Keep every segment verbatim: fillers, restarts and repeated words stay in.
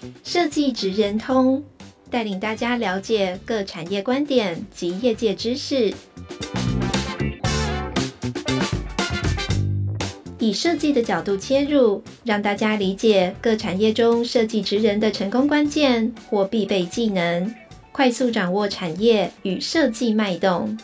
设计职人通，带领大家了解各产业观点及业界知识，以设计的角度切入，让大家理解各产业中设计职人的成功关键或必备技能，快速掌握产业与设计脉动。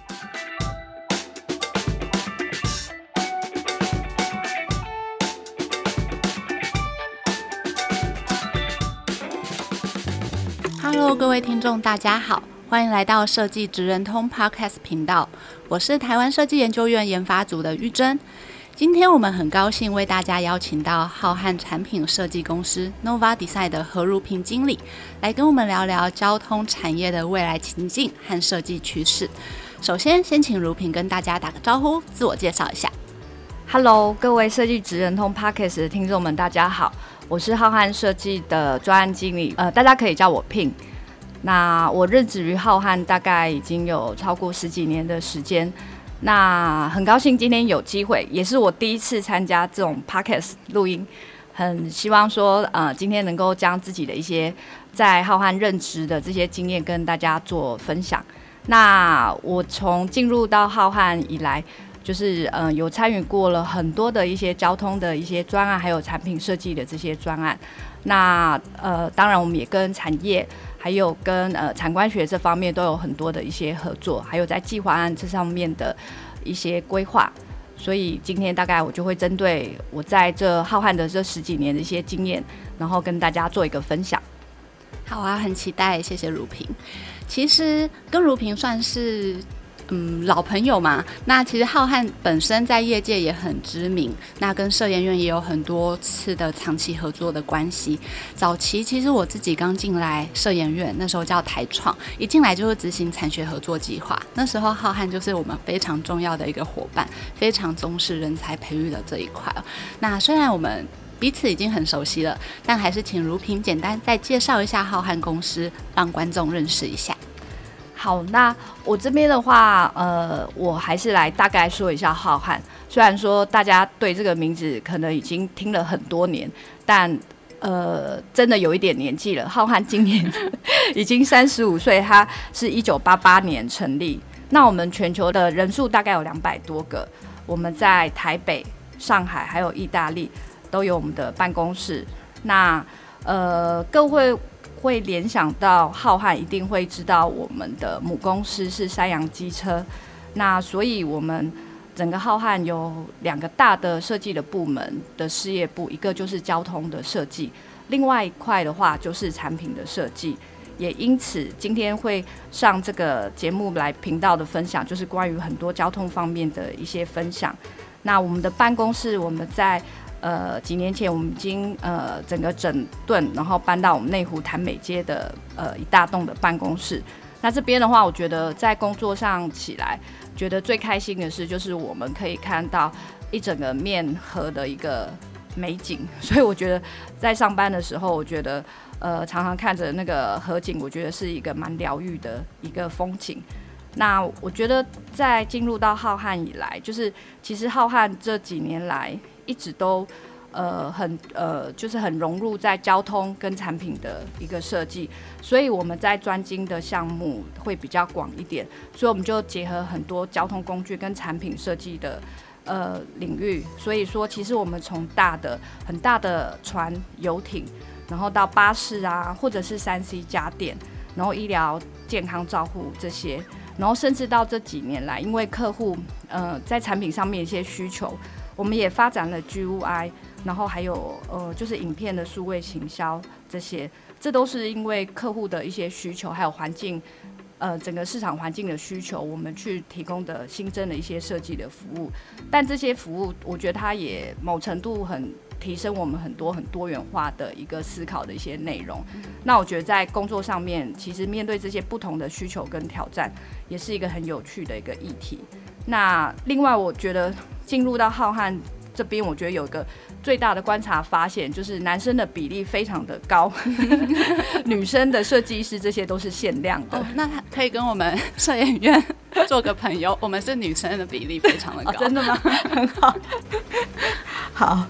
Hello， 各位听众，大家好，欢迎来到设计职人通 Podcast 频道，我是台湾设计研究院研发组的玉珍。今天我们很高兴为大家邀请到浩瀚产品设计公司 Nova Design 的何如萍经理，来跟我们聊聊交通产业的未来情境和设计趋势。首先，先请如萍跟大家打个招呼，自我介绍一下。 Hello， 各位设计职人通 Podcast 的听众们，大家好，我是浩瀚设计的专案经理，呃，大家可以叫我 Pin。那我任职于浩瀚大概已经有超过十几年的时间。那很高兴今天有机会，也是我第一次参加这种 Podcast 录音，很希望说，呃，今天能够将自己的一些在浩瀚任职的这些经验跟大家做分享。那我从进入到浩瀚以来，就是呃有参与过了很多的一些交通的一些专案，还有产品设计的这些专案。那呃当然我们也跟产业还有跟呃产官学这方面都有很多的一些合作，还有在计划案这上面的一些规划。所以今天大概我就会针对我在这浩瀚的这十几年的一些经验，然后跟大家做一个分享。 好啊，很期待，谢谢如萍。其实跟如萍算是嗯，老朋友嘛，那其实浩瀚本身在业界也很知名，那跟设研院也有很多次的长期合作的关系。早期其实我自己刚进来设研院，那时候叫台创，一进来就是执行产学合作计划，那时候浩瀚就是我们非常重要的一个伙伴，非常重视人才培育的这一块。那虽然我们彼此已经很熟悉了，但还是请如萍简单再介绍一下浩瀚公司，让观众认识一下。 好，那我这边的话，呃，我还是来大概说一下浩瀚。虽然说大家对这个名字可能已经听了很多年，但呃，真的有一点年纪了。浩瀚今年已经三十五岁，它是一九八八年成立。那我们全球的人数大概有两百多个，我们在台北、上海还有意大利都有我们的办公室。那呃，各位会联想到浩瀚，一定会知道我们的母公司是山洋机车。那所以我们整个浩瀚有两个大的设计的部门的事业部，一个就是交通的设计，另外一块的话就是产品的设计。也因此今天会上这个节目来频道的分享，就是关于很多交通方面的一些分享。那我们的办公室，我们在呃，几年前我们已经呃整个整顿，然后搬到我们内湖潭美街的呃一大栋的办公室。那这边的话，我觉得在工作上起来，觉得最开心的是，就是我们可以看到一整个面河的一个美景。所以我觉得在上班的时候，我觉得呃常常看着那个河景，我觉得是一个蛮疗愈的一个风景。那我觉得在进入到浩瀚以来，就是其实浩瀚这几年来一直都呃很呃就是很融入在交通跟产品的一个设计，所以我们在专精的项目会比较广一点，所以我们就结合很多交通工具跟产品设计的呃领域。所以说，其实我们从大的很大的船、游艇，然后到巴士啊，或者是三 C 家电，然后医疗健康照护这些。然后甚至到这几年来，因为客户呃在产品上面一些需求，我们也发展了 G U I， 然后还有呃就是影片的数位行销这些，这都是因为客户的一些需求，还有环境呃整个市场环境的需求，我们去提供的新增的一些设计的服务。但这些服务，我觉得它也某程度很提升我们很多很多元化的一个思考的一些内容。那我觉得在工作上面，其实面对这些不同的需求跟挑战，也是一个很有趣的一个议题。那另外，我觉得进入到浩瀚这边，我觉得有一个最大的观察发现，就是男生的比例非常的高，女生的设计师这些都是限量的。 哦，那可以跟我们设研院做个朋友，我们是女生的比例非常的高。 哦，真的吗？很好。好，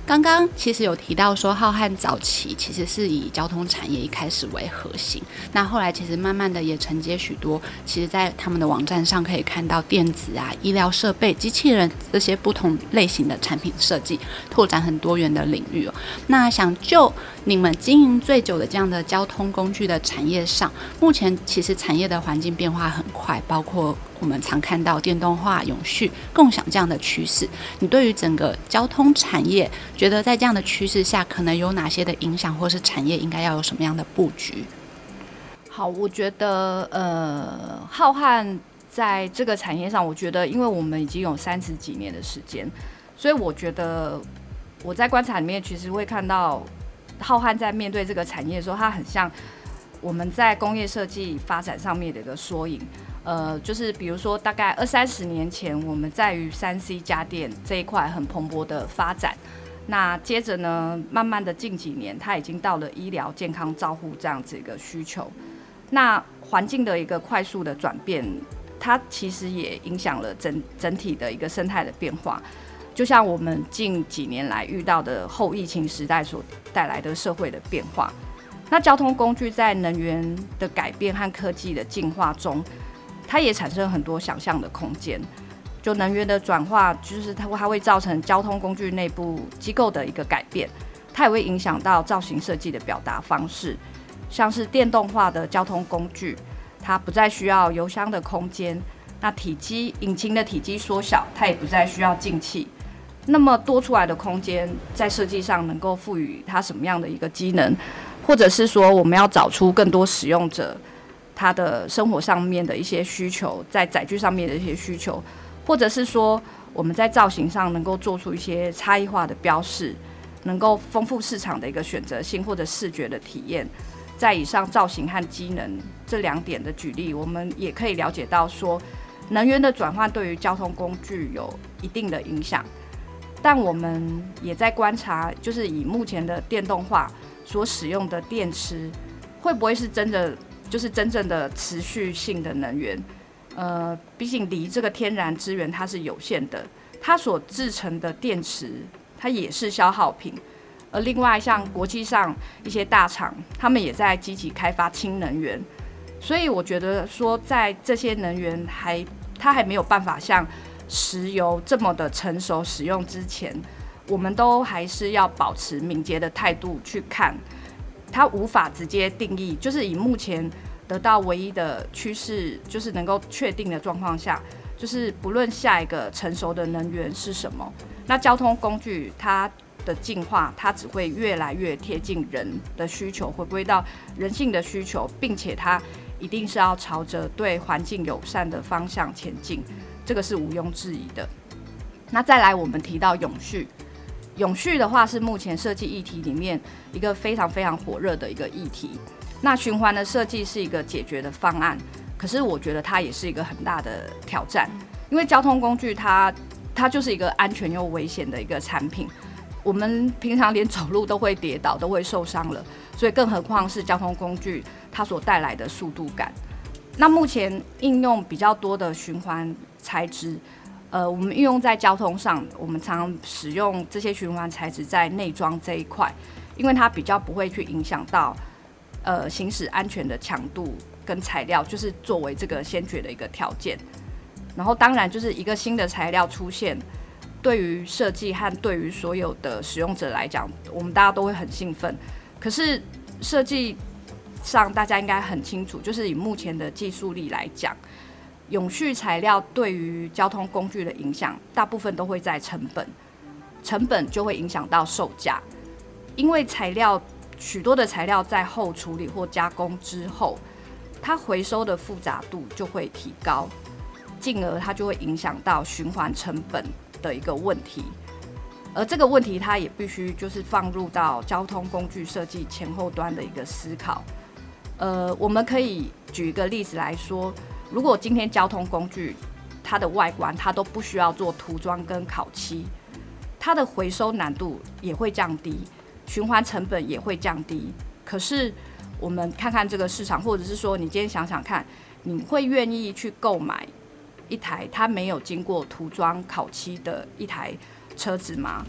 刚刚其实有提到说，浩瀚早期其实是以交通产业一开始为核心，那后来其实慢慢的也承接许多，其实在他们的网站上可以看到电子啊、医疗设备、机器人这些不同类型的产品设计，拓展很多元的领域哦。那想就你们经营最久的这样的交通工具的产业上，目前其实产业的环境变化很快，包括我们常看到电动化、永续、共享这样的趋势。你对于整个交通产业，觉得在这样的趋势下，可能有哪些的影响，或是产业应该要有什么样的布局？ 好，我觉得呃，浩瀚在这个产业上，我觉得因为我们已经有三十几年的时间，所以我觉得我在观察里面，其实会看到浩瀚在面对这个产业的时候，它很像我们在工业设计发展上面的一个缩影。呃，就是比如说，大概二三十年前，我们在于三 C 家电这一块很蓬勃的发展。那接着呢，慢慢的近几年，它已经到了医疗健康照护这样子一个需求。那环境的一个快速的转变，它其实也影响了整整体的一个生态的变化。就像我们近几年来遇到的后疫情时代所带来的社会的变化。那交通工具在能源的改变和科技的进化中，它也产生了很多想象的空间。就能源的转化，就是它它会造成交通工具内部机构的一个改变，它也会影响到造型设计的表达方式。像是电动化的交通工具，它不再需要油箱的空间，那体积引擎的体积缩小，它也不再需要进气。那么多出来的空间，在设计上能够赋予它什么样的一个机能，或者是说我们要找出更多使用者他的生活上面的一些需求，在载具上面的一些需求，或者是说我们在造型上能够做出一些差异化的标示，能够丰富市场的一个选择性或者视觉的体验。在以上造型和机能这两点的举例，我们也可以了解到说，能源的转换对于交通工具有一定的影响。但我们也在观察，就是以目前的电动化所使用的电池，会不会是真的就是真正的持续性的能源？呃，毕竟离这个天然资源它是有限的，它所制成的电池它也是消耗品。而另外像国际上一些大厂，他们也在积极开发氢能源，所以我觉得说，在这些能源还它还没有办法像石油这么的成熟使用之前，我们都还是要保持敏捷的态度去看，它无法直接定义，就是以目前得到唯一的趋势，就是能够确定的状况下，就是不论下一个成熟的能源是什么，那交通工具它的进化，它只会越来越贴近人的需求，回归到人性的需求，并且它一定是要朝着对环境友善的方向前进，这个是毋庸置疑的。那再来，我们提到永续，永续的话是目前设计议题里面一个非常非常火热的一个议题。那循环的设计是一个解决的方案，可是我觉得它也是一个很大的挑战，因为交通工具它它就是一个安全又危险的一个产品。我们平常连走路都会跌倒，都会受伤了，所以更何况是交通工具它所带来的速度感。那目前应用比较多的循环材质，呃，我们运用在交通上，我们常常使用这些循环材质在内装这一块，因为它比较不会去影响到呃行驶安全的强度跟材料，就是作为这个先决的一个条件。然后当然就是一个新的材料出现，对于设计和对于所有的使用者来讲，我们大家都会很兴奋。可是设计上大家应该很清楚，就是以目前的技术力来讲，永续材料对于交通工具的影响，大部分都会在成本，成本就会影响到售价，因为材料许多的材料在后处理或加工之后，它回收的复杂度就会提高，进而它就会影响到循环成本的一个问题，而这个问题它也必须就是放入到交通工具设计前后端的一个思考。呃，我们可以举一个例子来说，如果今天交通工具它的外观它都不需要做涂装跟烤漆，它的回收难度也会降低，循环成本也会降低。可是我们看看这个市场，或者是说你今天想想看，你会愿意去购买一台它没有经过涂装烤漆的一台车子吗？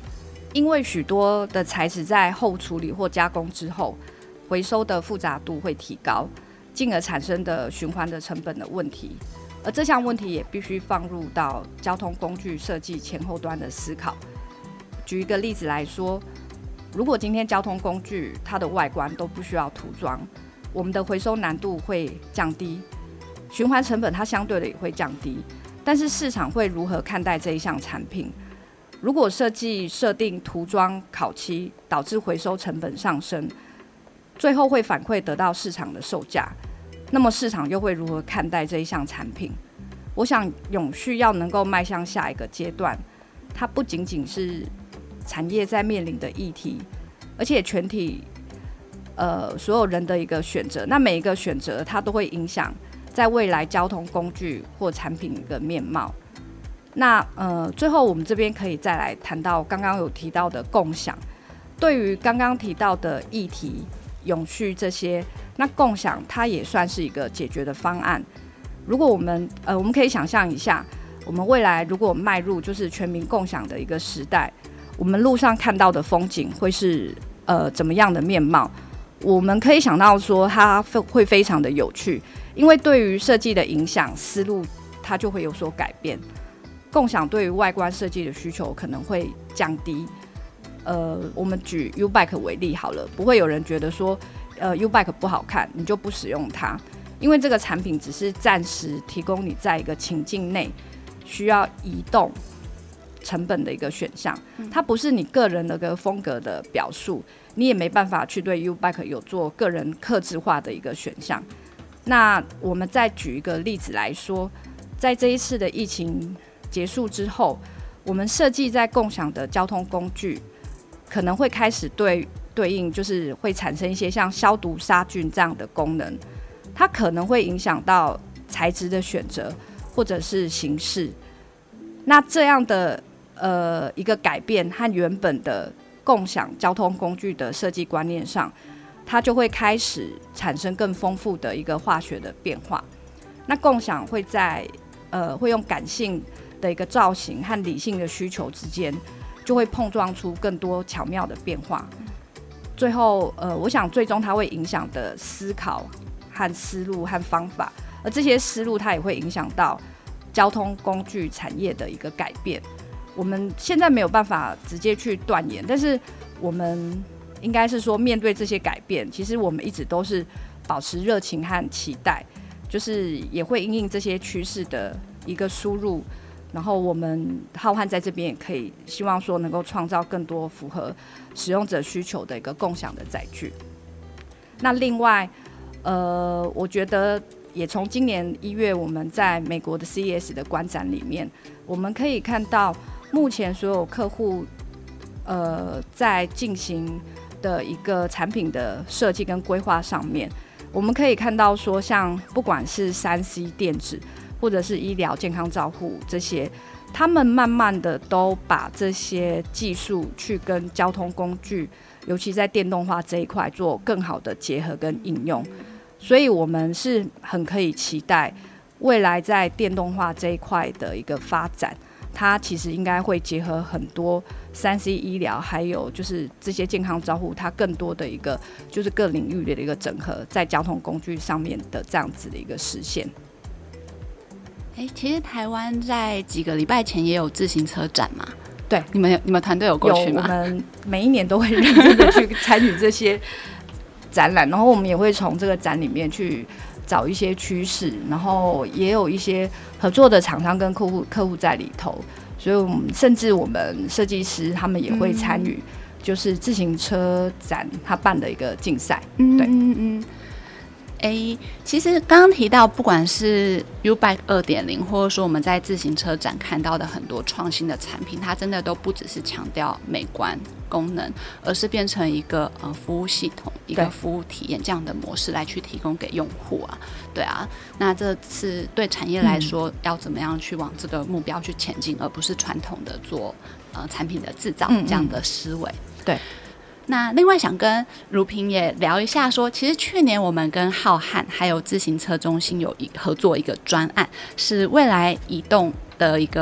因为许多的材质在后处理或加工之后，回收的复杂度会提高，进而产生的循环的成本的问题。而这项问题也必须放入到交通工具设计前后端的思考。举一个例子来说，如果今天交通工具它的外观都不需要涂装，我们的回收难度会降低，循环成本它相对的也会降低。但是市场会如何看待这一项产品？如果设计设定涂装烤漆，导致回收成本上升，最后会反馈得到市场的售价，那么市场又会如何看待这一项产品？我想永续要能够迈向下一个阶段，它不仅仅是产业在面临的议题，而且全体呃所有人的一个选择。那每一个选择，它都会影响在未来交通工具或产品的面貌。那呃，最后我们这边可以再来谈到刚刚有提到的共享。对于刚刚提到的议题、永续这些，那共享它也算是一个解决的方案。如果我们呃，我们可以想象一下，我们未来如果迈入就是全民共享的一个时代，我们路上看到的风景会是呃怎么样的面貌？我们可以想到说，它会非常的有趣，因为对于设计的影响思路，它就会有所改变。共享对于外观设计的需求可能会降低。呃，我们举 U-Bike 为例好了，不会有人觉得说，呃 U-Bike 不好看，你就不使用它，因为这个产品只是暂时提供你在一个情境内需要移动成本的一个选项，它不是你个人的一个风格的表述，你也没办法去对 U-Bike 有做个人客制化的一个选项。那我们再举一个例子来说，在这一次的疫情结束之后，我们设计在共享的交通工具可能会开始对对应，就是会产生一些像消毒杀菌这样的功能，它可能会影响到材质的选择或者是形式。那这样的呃一个改变和原本的共享交通工具的设计观念上，它就会开始产生更丰富的一个化学的变化。那共享会在呃会用感性的一个造型和理性的需求之间，就会碰撞出更多巧妙的变化。最后，呃，我想最终它会影响的思考和思路和方法，而这些思路它也会影响到交通工具产业的一个改变。我们现在没有办法直接去断言，但是我们应该是说，面对这些改变，其实我们一直都是保持热情和期待，就是也会因应这些趋势的一个输入。然后我们浩瀚在这边也可以希望说能够创造更多符合使用者需求的一个共享的载具。那另外，呃，我觉得也从今年一月我们在美国的 C E S 的观展里面，我们可以看到目前所有客户呃在进行的一个产品的设计跟规划上面，我们可以看到说，像不管是 三 C 电子或者是医疗健康照护这些，他们慢慢的都把这些技术去跟交通工具，尤其在电动化这一块做更好的结合跟应用。所以我们是很可以期待未来在电动化这一块的一个发展，它其实应该会结合很多 三 C 医疗，还有就是这些健康照护，它更多的一个就是各领域的一个整合，在交通工具上面的这样子的一个实现。 欸、其实台湾在几个礼拜前也有自行车展嘛？ 对， 你们你们团队有过去吗？ 有，我们每一年都会认真的去参与这些展览，然后我们也会从这个展里面去找一些趋势，然后也有一些合作的厂商跟客户客户在里头，所以我们甚至我们设计师他们也会参与，就是自行车展他办的一个竞赛。 嗯对， 嗯嗯。欸、其实刚刚提到，不管是 U-Bike 二点零，或者说我们在自行车展看到的很多创新的产品，它真的都不只是强调美观功能，而是变成一个呃服务系统、一个服务体验这样的模式来去提供给用户啊。对啊，那这是对产业来说，要怎么样去往这个目标去前进，而不是传统的做呃产品的制造这样的思维。 嗯嗯对。 那另外想跟如萍也聊一下说，其实去年我们跟浩瀚还有自行车中心有一合作一个专案，是未来移动的一个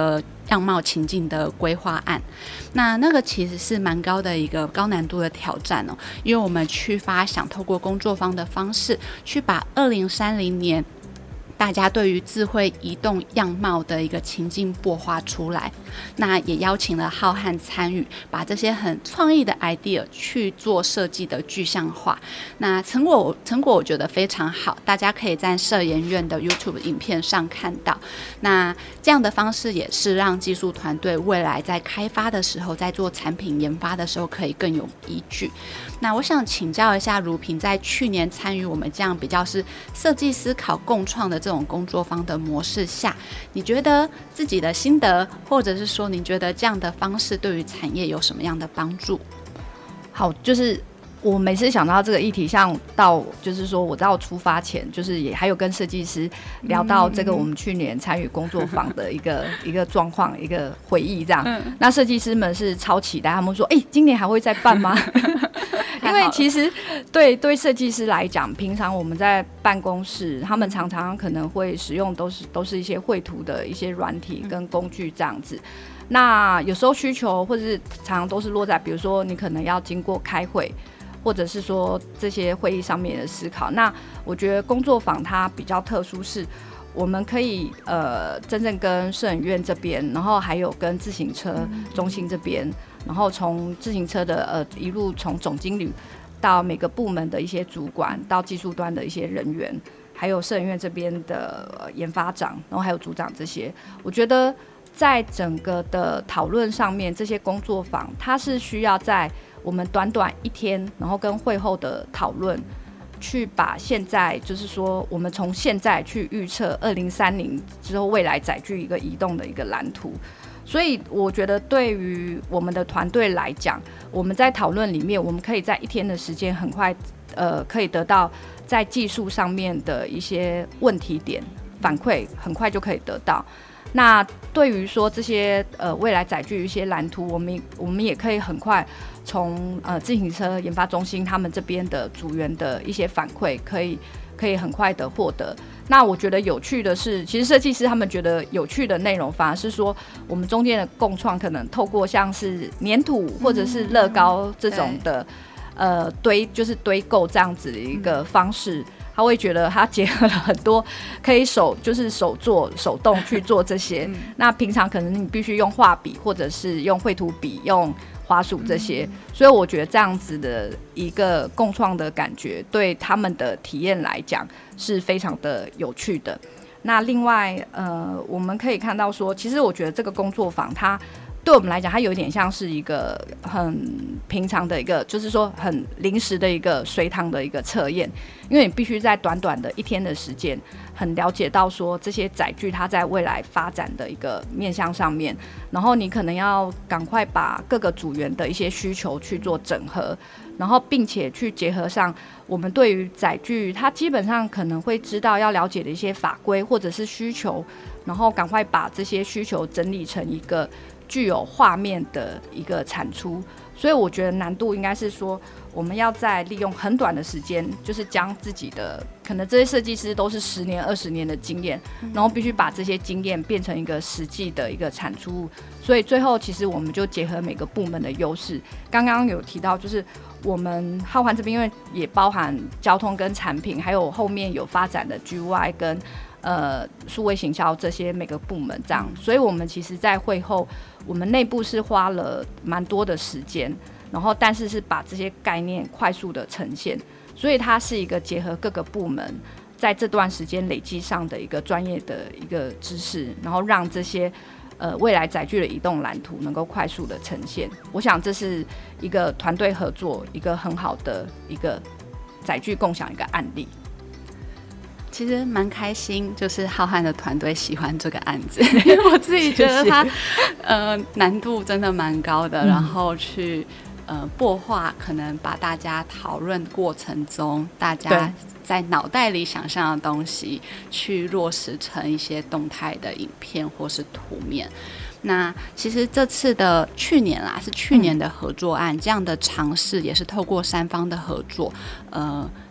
样貌情境的规划案。那那个其实是蛮高的一个高难度的挑战哦，因为我们去发想透过工作坊的方式，去把二零三零年大家对于智慧移动样貌的一个情境擘画出来。那也邀请了浩瀚参与，把这些很创意的 idea 去做设计的具象化。那成果成果我觉得非常好，大家可以在社研院的 YouTube 影片上看到。那这样的方式也是让技术团队未来在开发的时候，在做产品研发的时候可以更有依据。那我想请教一下如萍，在去年参与我们这样比较是设计思考共创的这种工作坊的模式下，你觉得自己的心得，或者是说你觉得这样的方式对于产业有什么样的帮助？ 好，就是我每次想到这个议题，像到就是说我到出发前，就是也还有跟设计师聊到这个我们去年参与工作坊的一个一个状况，一个回忆这样。嗯、那设计师们是超期待，他们说：“哎、欸，今年还会再办吗？”因为其实对对设计师来讲，平常我们在办公室，他们常常可能会使用都是都是一些绘图的一些软体跟工具这样子。那有时候需求或者是常常都是落在，比如说你可能要经过开会，或者是说这些会议上面的思考。那我觉得工作坊它比较特殊是，我们可以呃真正跟摄影院这边，然后还有跟自行车中心这边。然后从自行车的呃一路从总经理到每个部门的一些主管，到技术端的一些人员，还有摄影院这边的、呃、研发长，然后还有组长这些，我觉得在整个的讨论上面，这些工作坊它是需要在我们短短一天，然后跟会后的讨论，去把现在就是说我们从现在去预测二零三零之后未来载具一个移动的一个蓝图。所以我觉得对于我们的团队来讲，我们在讨论里面，我们可以在一天的时间很快呃，可以得到在技术上面的一些问题点反馈，很快就可以得到。那对于说这些呃未来载具一些蓝图，我们我们也可以很快从呃自行车研发中心他们这边的组员的一些反馈，可以可以很快的获得。那我觉得有趣的是，其实设计师他们觉得有趣的内容，反而是说我们中间的共创，可能透过像是粘土或者是乐高这种的、嗯、呃堆就是堆构这样子的一个方式。嗯，他会觉得他结合了很多可以手就是手做手动去做这些、嗯、那平常可能你必须用画笔或者是用绘图笔用滑鼠这些、嗯、所以我觉得这样子的一个共创的感觉对他们的体验来讲是非常的有趣的。那另外呃，我们可以看到说，其实我觉得这个工作坊它对我们来讲，它有点像是一个很平常的一个，就是说很临时的一个随堂的一个测验，因为你必须在短短的一天的时间，很了解到说这些载具它在未来发展的一个面向上面，然后你可能要赶快把各个组员的一些需求去做整合，然后并且去结合上我们对于载具，它基本上可能会知道要了解的一些法规或者是需求，然后赶快把这些需求整理成一个具有画面的一个产出。所以我觉得难度应该是说，我们要在利用很短的时间，就是将自己的可能这些设计师都是十年二十年的经验，然后必须把这些经验变成一个实际的一个产出物。所以最后其实我们就结合每个部门的优势，刚刚有提到就是我们浩瀚这边因为也包含交通跟产品，还有后面有发展的 G Y 跟呃数位行销这些每个部门这样，所以我们其实在会后我们内部是花了蛮多的时间，然后但是是把这些概念快速的呈现，所以它是一个结合各个部门在这段时间累积上的一个专业的一个知识，然后让这些呃未来载具的移动蓝图能够快速的呈现。我想这是一个团队合作一个很好的一个载具共享一个案例。 其实蛮开心，就是浩瀚的团队喜欢这个案子，因为我自己觉得它呃难度真的蛮高的，嗯、然后去呃擘画，可能把大家讨论过程中大家在脑袋里想象的东西，去落实成一些动态的影片或是图面。那其实这次的去年啦，是去年的合作案，嗯、这样的尝试也是透过三方的合作，呃，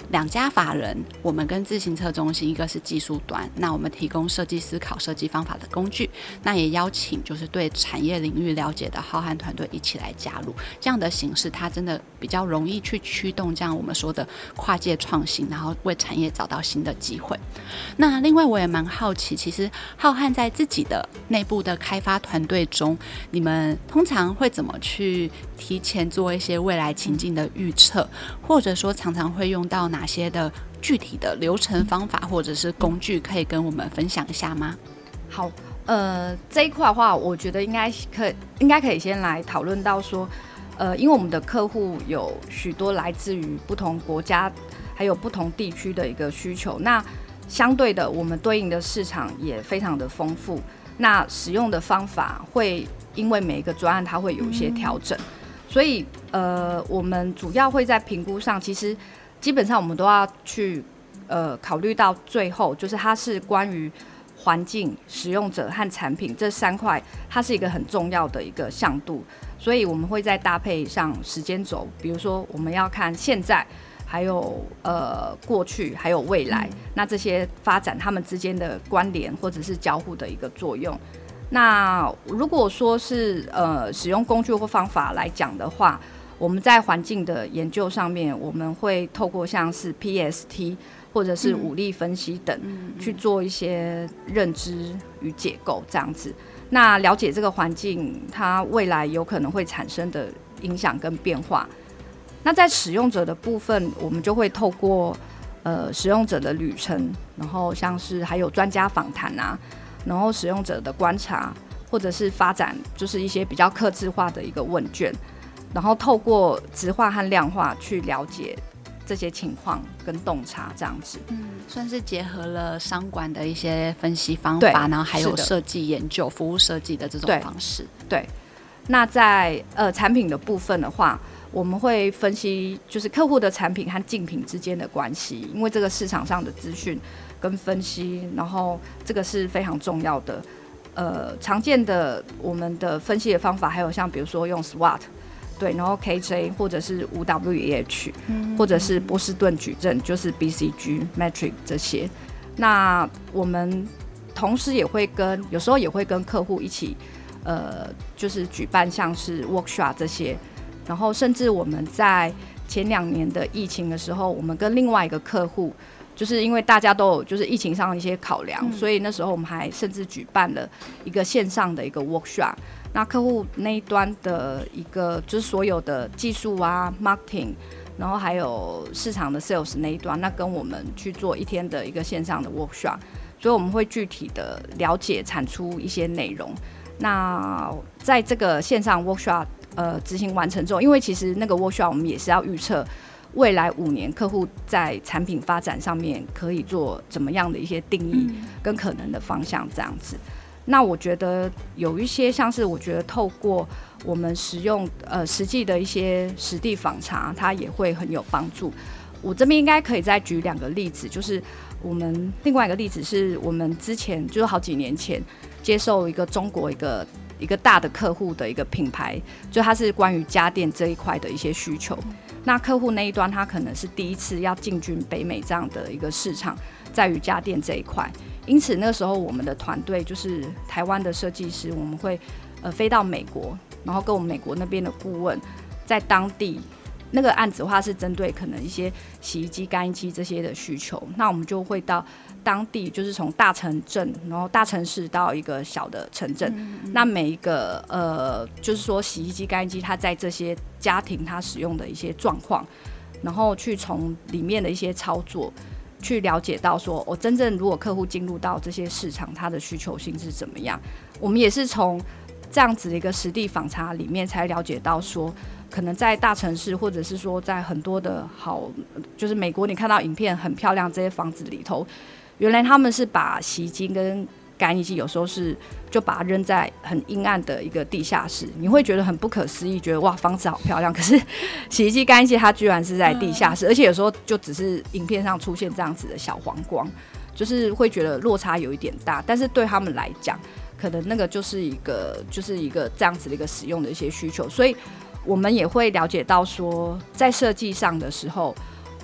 两家法人，我们跟自行车中心，一个是技术端，那我们提供设计思考、设计方法的工具，那也邀请就是对产业领域了解的浩瀚团队一起来加入，这样的形式它真的比较容易去驱动这样我们说的跨界创新，然后为产业找到新的机会。那另外我也蛮好奇，其实浩瀚在自己的内部的开发团队中，你们通常会怎么去提前做一些未来情境的预测，或者说常常会用到哪些的具体的流程方法或者是工具，可以跟我们分享一下吗？ 好，呃，这一块的话，我觉得应该可应该可以先来讨论到说，呃，因为我们的客户有许多来自于不同国家还有不同地区的一个需求，那相对的，我们对应的市场也非常的丰富，那使用的方法会因为每一个专案它会有一些调整，嗯、所以呃，我们主要会在评估上，其实基本上我们都要去呃考虑到最后，就是它是关于环境、使用者和产品这三块，它是一个很重要的一个向度，所以我们会在搭配上时间轴，比如说我们要看现在。还有呃过去，还有未来，嗯、那这些发展它们之间的关联或者是交互的一个作用。那如果说是呃使用工具或方法来讲的话，我们在环境的研究上面，我们会透过像是 P S T 或者是五力分析等、嗯、去做一些认知与解构这样子。那了解这个环境它未来有可能会产生的影响跟变化。那在使用者的部分，我们就会透过呃使用者的旅程，然后像是还有专家访谈啊，然后使用者的观察，或者是发展就是一些比较客制化的一个问卷，然后透过质化和量化去了解这些情况跟洞察这样子。 嗯，算是结合了商管的一些分析方法，然后还有设计研究、服务设计的这种方式。 对，对那在呃产品的部分的话。我们会分析就是客户的产品和竞品之间的关系，因为这个市场上的资讯跟分析，然后这个是非常重要的。呃，常见的我们的分析的方法还有像比如说用 SWOT， 对，然后 K J 或者是 五 W E H，、嗯、或者是波士顿矩阵，就是 B C G、Metric 这些。那我们同时也会跟有时候也会跟客户一起，呃，就是举办像是 workshop 这些。然后甚至我们在前两年的疫情的时候，我们跟另外一个客户，就是因为大家都有就是疫情上的一些考量、嗯、所以那时候我们还甚至举办了一个线上的一个 workshop。那客户那一端的一个就是所有的技术啊 marketing， 然后还有市场的 sales 那一端，那跟我们去做一天的一个线上的 workshop， 所以我们会具体的了解产出一些内容。那在这个线上 workshop呃，执行完成之后，因为其实那个 workshop 我们也是要预测未来五年客户在产品发展上面可以做怎么样的一些定义跟可能的方向这样子。嗯、那我觉得有一些像是我觉得透过我们使用呃实际的一些实地访查，它也会很有帮助。我这边应该可以再举两个例子，就是我们另外一个例子是我们之前就是好几年前接受一个中国一个。一个大的客户的一个品牌，就它是关于家电这一块的一些需求。那客户那一端，他可能是第一次要进军北美这样的一个市场，在于家电这一块。因此那时候我们的团队就是台湾的设计师，我们会呃飞到美国，然后跟我们美国那边的顾问在当地。那个案子的话是针对可能一些洗衣机、干衣机这些的需求，那我们就会到当地，就是从大城镇，然后大城市到一个小的城镇，嗯嗯那每一个呃，就是说洗衣机、干衣机，它在这些家庭它使用的一些状况，然后去从里面的一些操作，去了解到说，我、哦、真正如果客户进入到这些市场，它的需求性是怎么样？我们也是从这样子的一个实地访查里面才了解到说。可能在大城市，或者是说在很多的好，就是美国，你看到影片很漂亮这些房子里头，原来他们是把洗衣机跟干衣机有时候是就把它扔在很阴暗的一个地下室，你会觉得很不可思议，觉得哇房子好漂亮，可是洗衣机干衣机它居然是在地下室，而且有时候就只是影片上出现这样子的小黄光，就是会觉得落差有一点大，但是对他们来讲，可能那个就是一个就是一个这样子的一个使用的一些需求，所以。我们也会了解到说，在设计上的时候，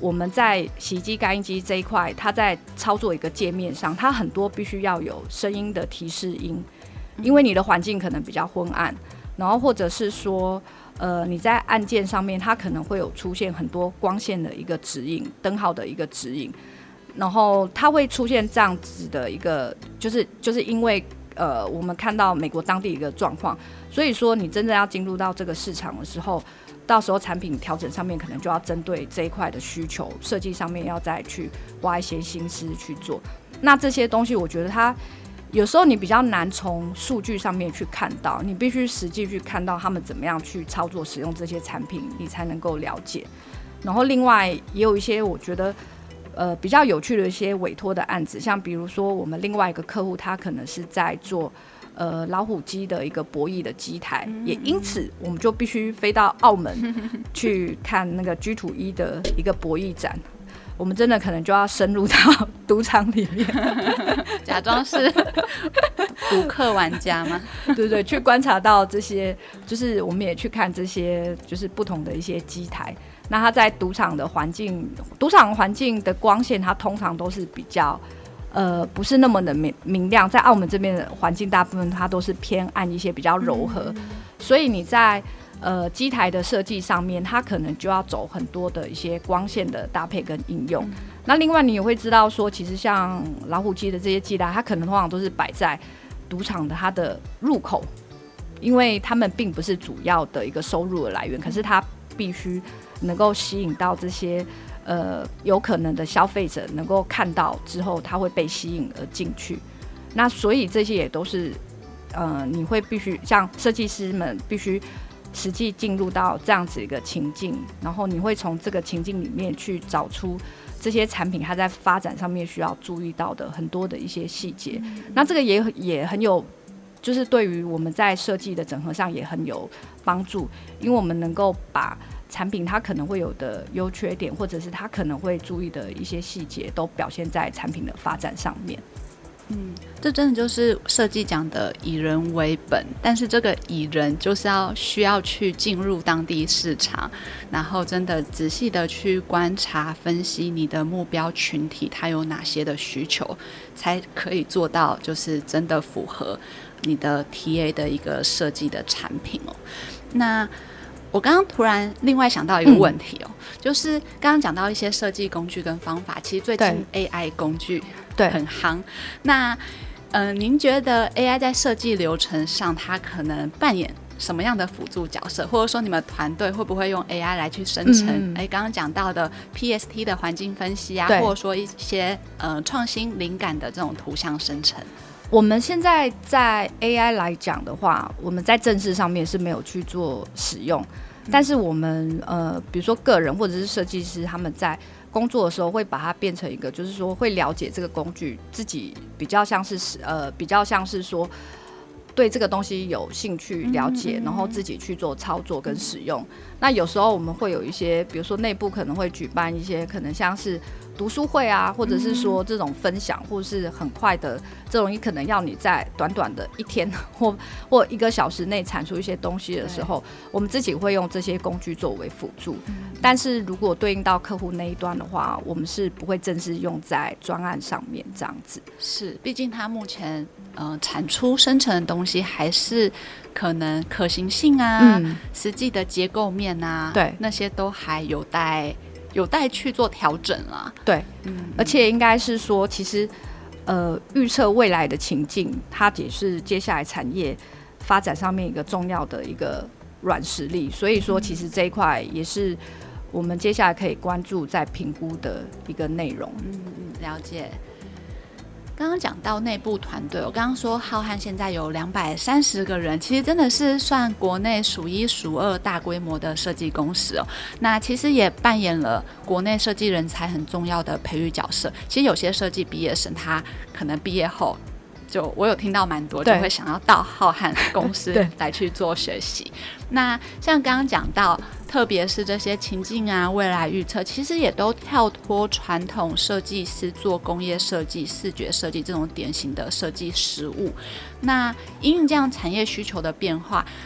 我们在洗衣机干衣机这一块，它在操作一个界面上，它很多必须要有声音的提示音，因为你的环境可能比较昏暗，然后或者是说呃，你在按键上面它可能会有出现很多光线的一个指引，灯号的一个指引，然后它会出现这样子的一个就是就是因为呃，我们看到美国当地一个状况，所以说你真正要进入到这个市场的时候，到时候产品调整上面可能就要针对这一块的需求，设计上面要再去花一些心思去做。那这些东西我觉得它有时候你比较难从数据上面去看到，你必须实际去看到他们怎么样去操作使用这些产品，你才能够了解。然后另外也有一些我觉得呃，比较有趣的一些委托的案子，像比如说我们另外一个客户，他可能是在做呃老虎机的一个博弈的机台，嗯、也因此我们就必须飞到澳门去看那个 G 二十一的一个博弈展。我们真的可能就要深入到赌场里面， 假装是赌客玩家吗？ 对对，去观察到这些，就是我们也去看这些，就是不同的一些机台。那它在赌场的环境，赌场环境的光线，它通常都是比较，呃，不是那么的明明亮。在澳门这边的环境，大部分它都是偏暗一些，比较柔和。嗯、所以你在呃机台的设计上面，它可能就要走很多的一些光线的搭配跟应用。嗯、那另外你也会知道说，其实像老虎机的这些机台，它可能通常都是摆在赌场的它的入口，因为他们并不是主要的一个收入的来源，可是它必须能够吸引到这些呃有可能的消费者能够看到之后，他会被吸引而进去。那所以这些也都是呃你会必须像设计师们必须实际进入到这样子一个情境，然后你会从这个情境里面去找出这些产品它在发展上面需要注意到的很多的一些细节。嗯、那这个也也很有，就是对于我们在设计的整合上也很有帮助，因为我们能够把产品它可能会有的优缺点，或者是它可能会注意的一些细节，都表现在产品的发展上面。 嗯，这真的就是设计讲的以人为本，但是这个以人就是要需要去进入当地市场，然后真的仔细的去观察分析你的目标群体它有哪些的需求，才可以做到就是真的符合你的 T A 的一个设计的产品哦。那我刚刚突然另外想到一个问题哦，嗯、就是刚刚讲到一些设计工具跟方法，其实最近 A I 工具很夯。那呃，您觉得 A I 在设计流程上，它可能扮演什么样的辅助角色？或者说你们团队会不会用 A I 来去生成？哎、嗯，刚刚讲到的 P S T 的环境分析啊，或者说一些呃创新灵感的这种图像生成？ 我们现在在 A I 来讲的话，我们在正式上面是没有去做使用，但是我们呃，比如说个人或者是设计师，他们在工作的时候会把它变成一个，就是说会了解这个工具，自己比较像是呃，比较像是说对这个东西有兴趣了解，然后自己去做操作跟使用。那有时候我们会有一些，比如说内部可能会举办一些可能像是读书会啊，或者是说这种分享，或是很快的这种，可能要你在短短的一天或或一个小时内产出一些东西的时候，我们自己会用这些工具作为辅助。但是如果对应到客户那一端的话，我们是不会正式用在专案上面这样子。 是，毕竟它目前呃产出生成的东西还是可能可行性啊、嗯、实际的结构面啊， 对， 那些都还有待有待去做调整啦。 对，嗯，而且应该是说，其实呃预测未来的情境，它也是接下来产业发展上面一个重要的一个软实力。所以说，其实这一块也是我们接下来可以关注在评估的一个内容。 嗯嗯，了解。刚刚讲到内部团队，我刚刚说浩瀚现在有两百三十个人，其实真的是算国内数一数二大规模的设计公司哦。那其实也扮演了国内设计人才很重要的培育角色。其实有些设计毕业生，他可能毕业后就我有听到蛮多，就会想要到浩瀚公司来去做学习。那像刚刚讲到，特别是这些情境啊、未来预测，其实也都跳脱传统设计师做工业设计、视觉设计这种典型的设计实务。那因应这样产业需求的变化，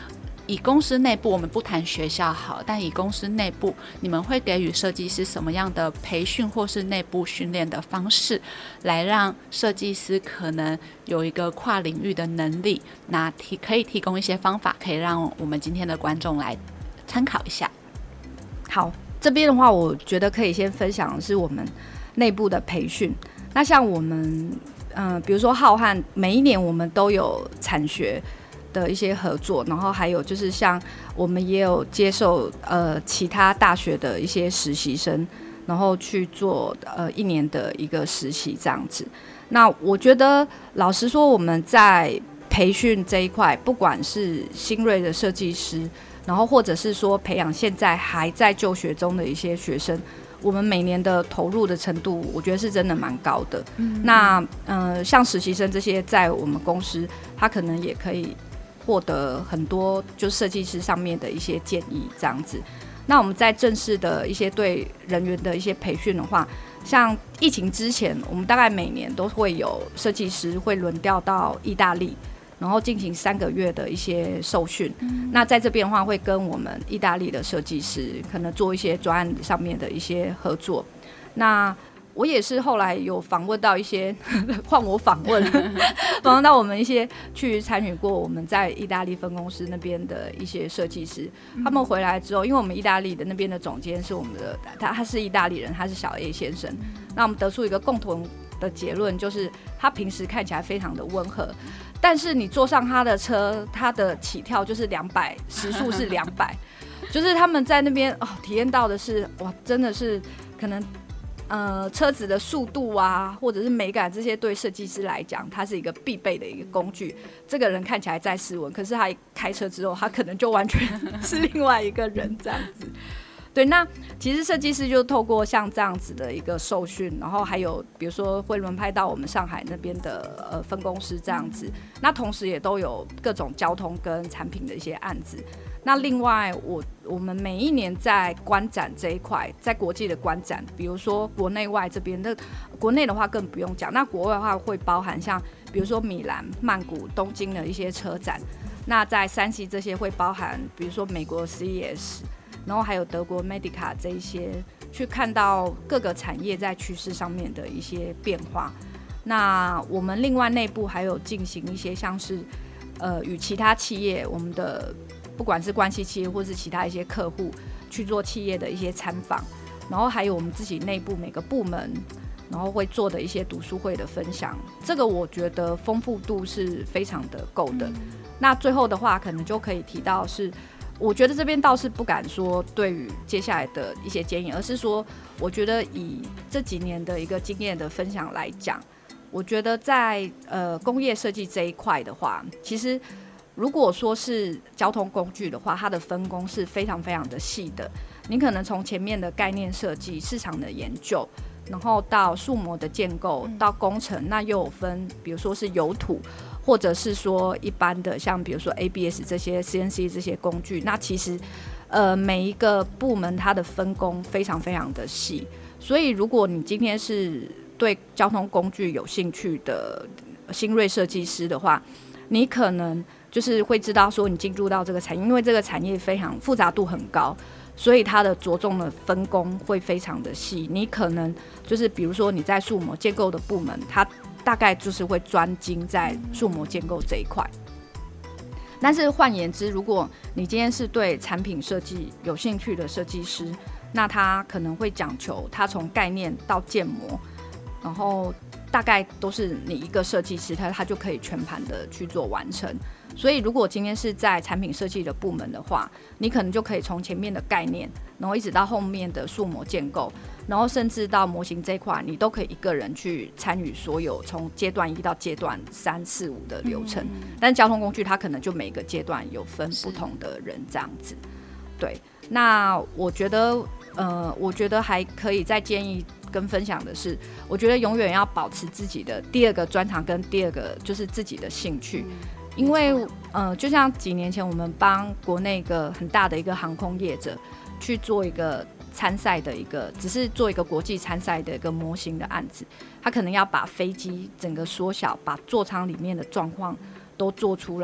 以公司内部，我们不谈学校好，但以公司内部，你们会给予设计师什么样的培训或是内部训练的方式，来让设计师可能有一个跨领域的能力？那提可以提供一些方法，可以让我们今天的观众来参考一下。 好，这边的话，我觉得可以先分享的是我们内部的培训。那像我们，嗯、呃，比如说浩瀚，每一年我们都有产学的一些合作，然后还有就是像我们也有接受呃其他大学的一些实习生，然后去做呃一年的一个实习这样子。那我觉得老实说，我们在培训这一块，不管是新锐的设计师，然后或者是说培养现在还在就学中的一些学生，我们每年的投入的程度，我觉得是真的蛮高的。嗯、那呃，像实习生这些，在我们公司，他可能也可以获得很多就设计师上面的一些建议这样子。那我们在正式的一些对人员的一些培训的话，像疫情之前，我们大概每年都会有设计师会轮调到意大利，然后进行三个月的一些受训。嗯、那在这边的话，会跟我们意大利的设计师可能做一些专案上面的一些合作。那我也是后来有访问到一些，换我访问，访问到我们一些去参与过我们在意大利分公司那边的一些设计师，他们回来之后，因为我们意大利的那边的总监是我们的，他他是意大利人，他是小 A 先生，那我们得出一个共同的结论，就是他平时看起来非常的温和，但是你坐上他的车，他的起跳就是两百，时速是两百，就是他们在那边哦体验到的是哇，真的是可能。呃，车子的速度啊，或者是美感，这些对设计师来讲，它是一个必备的一个工具。这个人看起来再斯文，可是他一开车之后，他可能就完全是另外一个人这样子。对，那其实设计师就透过像这样子的一个受训，然后还有比如说会轮派到我们上海那边的呃分公司这样子，那同时也都有各种交通跟产品的一些案子。那另外我我们每一年在观展这一块，在国际的观展，比如说国内外这边的，国内的话更不用讲，那国外的话会包含像比如说米兰、曼谷、东京的一些车展，那在山西这些会包含比如说美国 C E S， 然后还有德国 Medica 这一些，去看到各个产业在趋势上面的一些变化。那我们另外内部还有进行一些像是呃与其他企业，我们的不管是关系企业或是其他一些客户去做企业的一些参访，然后还有我们自己内部每个部门然后会做的一些读书会的分享，这个我觉得丰富度是非常的够的。嗯、那最后的话可能就可以提到是，我觉得这边倒是不敢说对于接下来的一些建议，而是说我觉得以这几年的一个经验的分享来讲，我觉得在呃工业设计这一块的话，其实如果说是交通工具的话，它的分工是非常非常的细的。你可能从前面的概念设计、市场的研究，然后到数模的建构，到工程，那又有分，比如说是油土，或者是说一般的像比如说 A B S 这些 C N C 这些工具，那其实呃每一个部门它的分工非常非常的细。所以如果你今天是对交通工具有兴趣的新锐设计师的话，你可能就是会知道说你进入到这个产业，因为这个产业非常复杂度很高，所以它的着重的分工会非常的细。你可能就是比如说你在数模建构的部门，它大概就是会专精在数模建构这一块。但是换言之，如果你今天是对产品设计有兴趣的设计师，那他可能会讲求他从概念到建模，然后大概都是你一个设计师他他就可以全盘的去做完成。所以如果今天是在产品设计的部门的话，你可能就可以从前面的概念，然后一直到后面的数模建构，然后甚至到模型这一块，你都可以一个人去参与所有从阶段一到阶段三四五的流程。嗯、但是交通工具它可能就每个阶段有分不同的人这样子。对，那我觉得呃，我觉得还可以再建议跟分享的是，我觉得永远要保持自己的第二个专长跟第二个就是自己的兴趣。嗯、因为呃，就像几年前我们帮国内一个很大的一个航空业者去做一个参赛的一个，只是做一个国际参赛的一个模型的案子，他可能要把飞机整个缩小，把座舱里面的状况都做出来，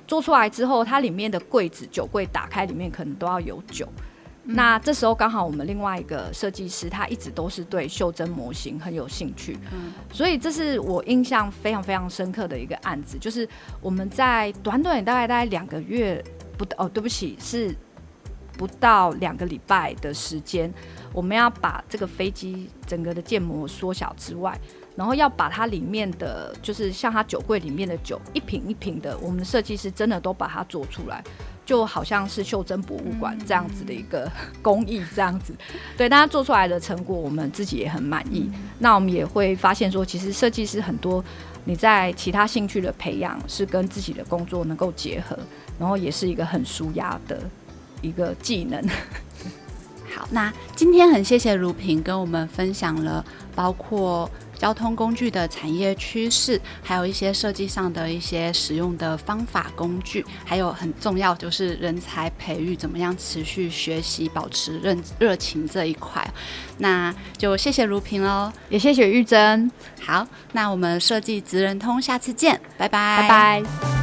做出来之后，它里面的柜子酒柜打开，里面可能都要有酒。嗯、那这时候刚好我们另外一个设计师，他一直都是对袖珍模型很有兴趣，嗯、所以这是我印象非常非常深刻的一个案子，就是我们在短短大概大概两个月不哦，对不起，是不到两个礼拜的时间，我们要把这个飞机整个的建模缩小之外，然后要把它里面的，就是像它酒柜里面的酒，一瓶一瓶的，我们的设计师真的都把它做出来，就好像是袖珍博物馆这样子的一个工艺这样子。对，但它做出来的成果，我们自己也很满意。嗯、那我们也会发现说，其实设计师很多，你在其他兴趣的培养是跟自己的工作能够结合，然后也是一个很舒压的一个技能。 好，那今天很谢谢如萍跟我们分享了包括交通工具的产业趋势，还有一些设计上的一些使用的方法工具，还有很重要就是人才培育怎么样持续学习保持热情这一块。那就谢谢如萍咯， 也谢谢玉珍。 好，那我们设计职人通下次见，拜拜拜拜。